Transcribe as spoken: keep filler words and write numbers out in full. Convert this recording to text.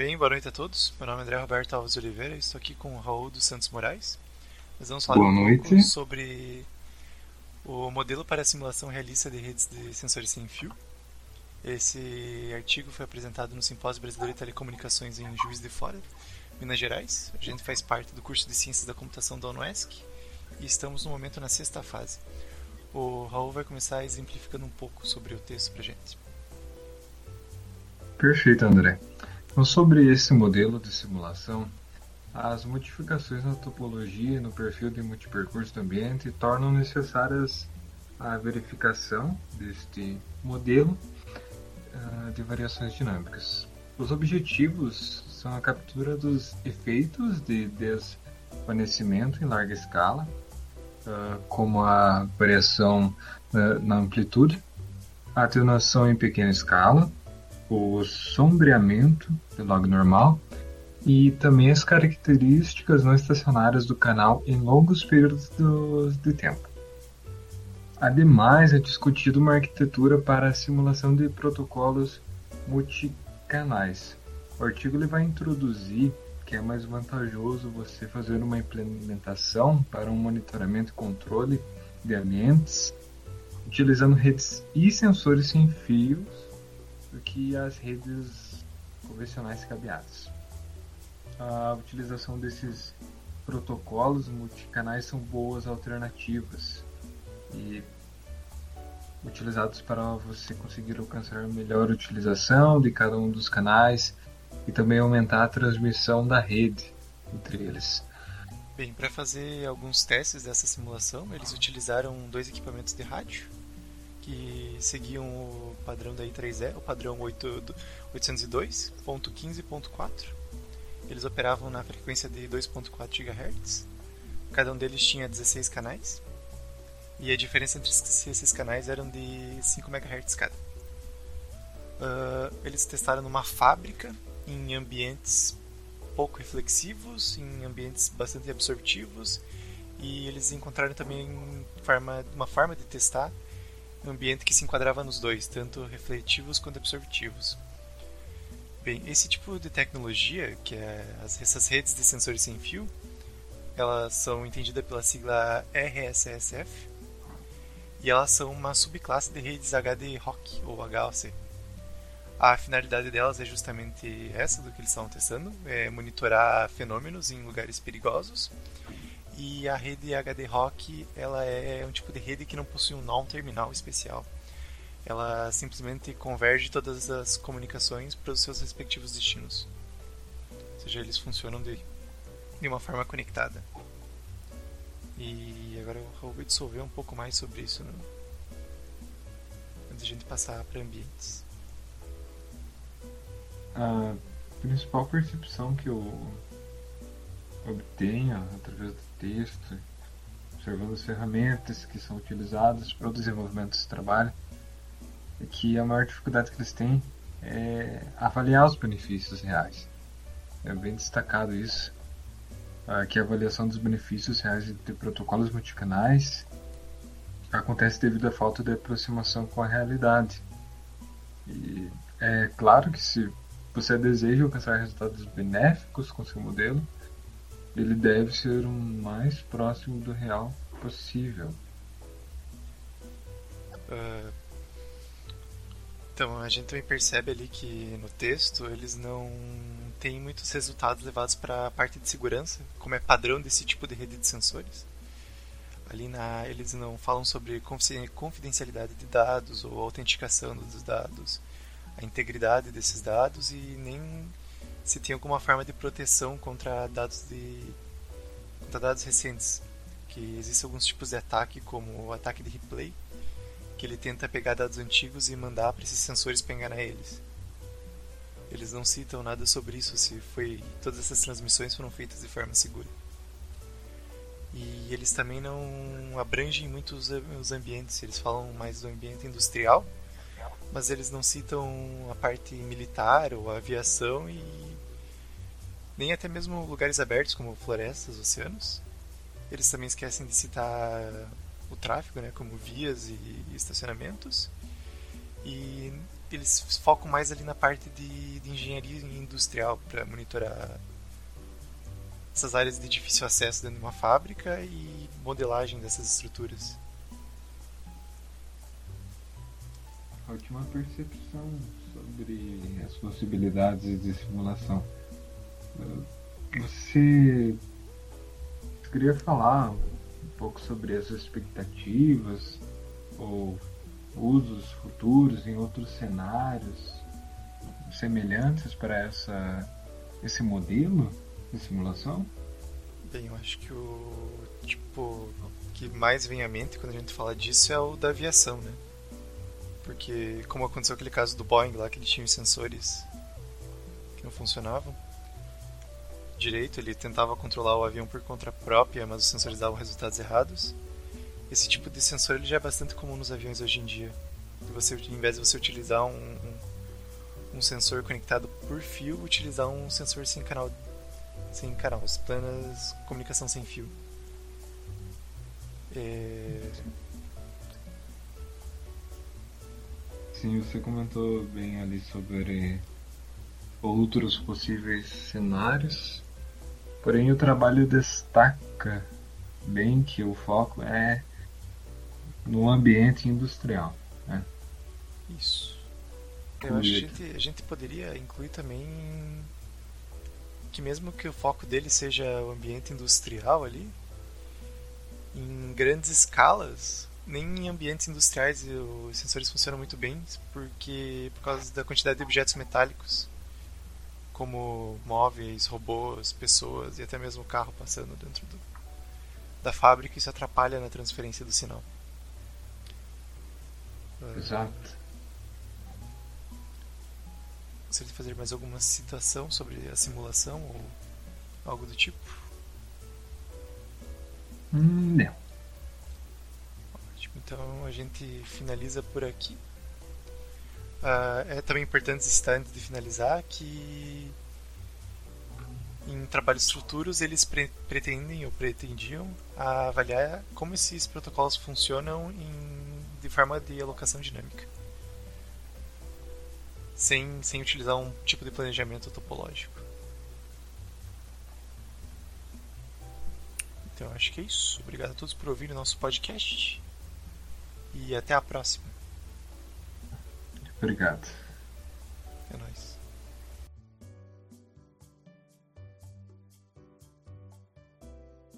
Bem, boa noite a todos. Meu nome é André Roberto Alves de Oliveira e estou aqui com o Raul dos Santos Moraes. Nós vamos falar Boa um pouco noite. sobre o modelo para a simulação realista de redes de sensores sem fio. Esse artigo foi apresentado no Simpósio Brasileiro de Telecomunicações em Juiz de Fora, Minas Gerais. A gente faz parte do curso de Ciências da Computação da UNESC e estamos no momento na sexta fase. O Raul vai começar exemplificando um pouco sobre o texto para a gente. Perfeito, André. Então, sobre esse modelo de simulação, as modificações na topologia e no perfil de multipercurso do ambiente tornam necessárias a verificação deste modelo uh, de variações dinâmicas. Os objetivos são a captura dos efeitos de desvanecimento em larga escala, uh, como a variação uh, na amplitude, a atenuação em pequena escala, o sombreamento de log normal e também as características não estacionárias do canal em longos períodos de tempo. Ademais, é discutido uma arquitetura para a simulação de protocolos multicanais. O artigo ele vai introduzir que é mais vantajoso você fazer uma implementação para um monitoramento e controle de ambientes utilizando redes e sensores sem fios do que as redes convencionais cabeadas. A utilização desses protocolos multicanais são boas alternativas e utilizados para você conseguir alcançar melhor utilização de cada um dos canais e também aumentar a transmissão da rede entre eles. Bem, para fazer alguns testes dessa simulação, eles utilizaram dois equipamentos de rádio que seguiam o padrão da I três E, o padrão oitocentos e dois ponto quinze ponto quatro. Eles operavam na frequência de dois ponto quatro gigahertz. Cada um deles tinha dezesseis canais. E a diferença entre esses canais eram de cinco megahertz cada. Uh, eles testaram numa fábrica, em ambientes pouco reflexivos, em ambientes bastante absorptivos. E eles encontraram também forma, uma forma de testar um ambiente que se enquadrava nos dois, tanto refletivos quanto absorptivos. Bem, esse tipo de tecnologia, que é as, essas redes de sensores sem fio, elas são entendidas pela sigla R S S F e elas são uma subclasse de redes H D R O C ou H O C. A finalidade delas é justamente essa do que eles estavam testando, é monitorar fenômenos em lugares perigosos. E a rede H D R O C ela é um tipo de rede que não possui um nó terminal especial. Ela simplesmente converge todas as comunicações para os seus respectivos destinos. Ou seja, eles funcionam de, de uma forma conectada. E agora eu vou dissolver um pouco mais sobre isso, né? Antes de a gente passar para ambientes. A principal percepção que eu obtenho através do texto, observando as ferramentas que são utilizadas para o desenvolvimento desse trabalho, é que a maior dificuldade que eles têm é avaliar os benefícios reais. É bem destacado isso, que a avaliação dos benefícios reais de protocolos multicanais acontece devido à falta de aproximação com a realidade. E é claro que se você deseja alcançar resultados benéficos com seu modelo, ele deve ser o mais próximo do real possível. Uh, então, a gente também percebe ali que no texto eles não têm muitos resultados levados para a parte de segurança, como é padrão desse tipo de rede de sensores. Ali na, eles não falam sobre confidencialidade de dados ou autenticação dos dados, a integridade desses dados e nem se tem alguma forma de proteção contra dados de contra dados recentes, que existem alguns tipos de ataque, como o ataque de replay, que ele tenta pegar dados antigos e mandar para esses sensores para enganar eles. Eles não citam nada sobre isso, se foi todas essas transmissões foram feitas de forma segura. E eles também não abrangem muito os, os ambientes, eles falam mais do ambiente industrial, mas eles não citam a parte militar ou a aviação e nem até mesmo lugares abertos como florestas, oceanos. Eles também esquecem de citar o tráfego, né, como vias e estacionamentos. E eles focam mais ali na parte de, de engenharia industrial para monitorar essas áreas de difícil acesso dentro de uma fábrica e modelagem dessas estruturas. A última percepção sobre as possibilidades de simulação. Você queria falar um pouco sobre as expectativas ou usos futuros em outros cenários semelhantes para essa, esse modelo de simulação? Bem, eu acho que o tipo que mais vem à mente quando a gente fala disso é o da aviação, né? Porque, como aconteceu aquele caso do Boeing lá, que ele tinha os sensores que não funcionavam direito, ele tentava controlar o avião por conta própria, mas os sensores davam resultados errados. Esse tipo de sensor ele já é bastante comum nos aviões hoje em dia. Você, em vez de você utilizar um, um, um sensor conectado por fio, utilizar um sensor sem canal, sem canal, apenas comunicação sem fio. É... Sim, você comentou bem ali sobre outros possíveis cenários, porém o trabalho destaca bem que o foco é no ambiente industrial, né? Isso. Eu acho que a gente, a gente poderia incluir também que mesmo que o foco dele seja o ambiente industrial ali, em grandes escalas, nem em ambientes industriais os sensores funcionam muito bem, porque por causa da quantidade de objetos metálicos, como móveis, robôs, pessoas e até mesmo carro passando dentro do, da fábrica, isso atrapalha na transferência do sinal. Exato. Gostaria de fazer mais alguma citação sobre a simulação ou algo do tipo? Não. Ótimo, então a gente finaliza por aqui. Uh, é também importante citar antes de finalizar que em trabalhos futuros eles pre pretendem ou pretendiam avaliar como esses protocolos funcionam em, de forma de alocação dinâmica, sem, sem utilizar um tipo de planejamento topológico. Então acho que é isso. Obrigado a todos por ouvir o nosso podcast e até a próxima. Obrigado. É nóis.